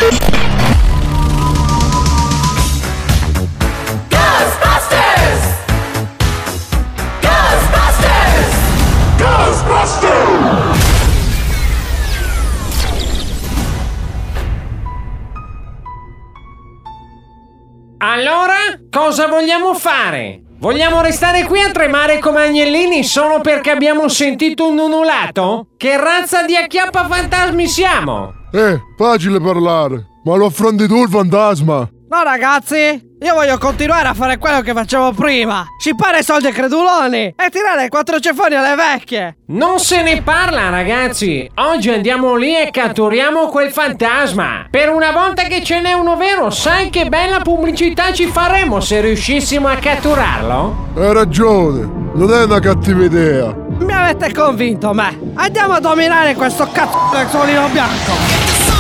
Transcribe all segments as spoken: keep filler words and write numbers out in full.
Allora, cosa vogliamo fare? Vogliamo restare qui a tremare come agnellini solo perché abbiamo sentito un ululato? Che razza di acchiappafantasmi siamo? Eh, facile parlare, ma lo affronti tu il fantasma? No ragazzi, io voglio continuare a fare quello che facevo prima. Scippare soldi ai creduloni e tirare quattro ceffoni alle vecchie. Non se ne parla ragazzi. Oggi andiamo lì e catturiamo quel fantasma. Per una volta che ce n'è uno vero, sai che bella pubblicità ci faremmo se riuscissimo a catturarlo? Hai ragione, non è una cattiva idea. Mi avete convinto me. Andiamo a dominare questo cazzo del solino bianco.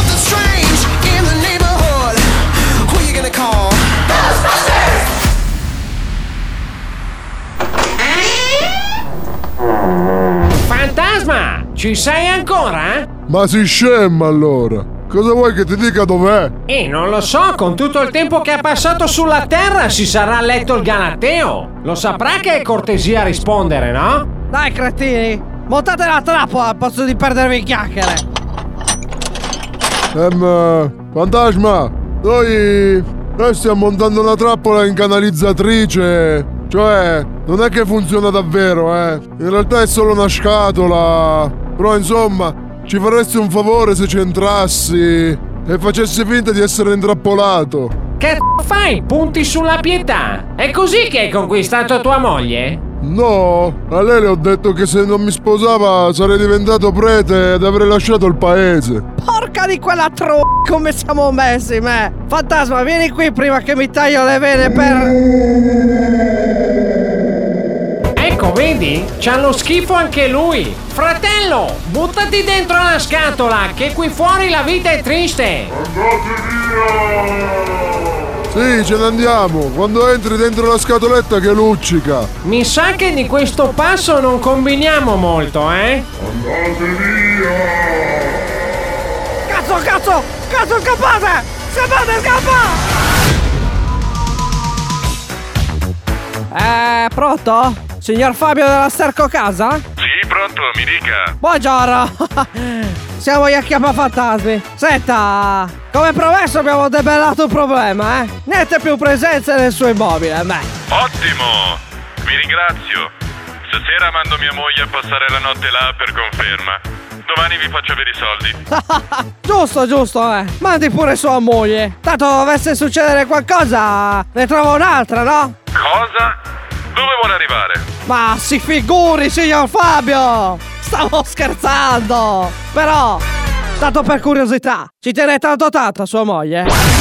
Fantasma, ci sei ancora? Ma si scema allora. Cosa vuoi che ti dica dov'è? Eh, non lo so, con tutto il tempo che ha passato sulla Terra si sarà letto il Galateo. Lo saprà che è cortesia rispondere, no? Dai cretini, montate la trappola al posto di perdervi in chiacchiere. Ehm, fantasma, noi... Noi stiamo montando una trappola in canalizzatrice. Cioè, non è che funziona davvero, eh. In realtà è solo una scatola. Però, insomma, ci faresti un favore se ci entrassi e facessi finta di essere intrappolato. Che fai? Punti sulla pietà? È così che hai conquistato tua moglie? No, a lei le ho detto che se non mi sposava sarei diventato prete ed avrei lasciato il paese. Porca di quella tro... come siamo messi, me! Fantasma, vieni qui prima che mi taglio le vene per... Ecco, vedi? C'ha lo schifo anche lui! Fratello, buttati dentro la scatola, che qui fuori la vita è triste! Andate via! Sì, ce ne andiamo, quando entri dentro la scatoletta che luccica. Mi sa che di questo passo non combiniamo molto, eh? Andate via! Cazzo, cazzo! Cazzo, scappate! Scappate, scappa! Eh, pronto? Signor Fabio della Sterco Casa? Sì, pronto, mi dica. Buongiorno! Siamo gli acchiappafantasmi. Senta, come promesso abbiamo debellato un problema, eh? Niente più presenze nel suo immobile, beh. Ottimo, vi ringrazio. Stasera mando mia moglie a passare la notte là per conferma. Domani vi faccio avere i soldi. Giusto, giusto, eh. Mandi pure sua moglie. Tanto dovesse succedere qualcosa, ne trovo un'altra, no? Cosa? Dove vuole arrivare? Ma si figuri, signor Fabio! Stavo scherzando! Però, tanto per curiosità, ci tiene tanto tanto sua moglie?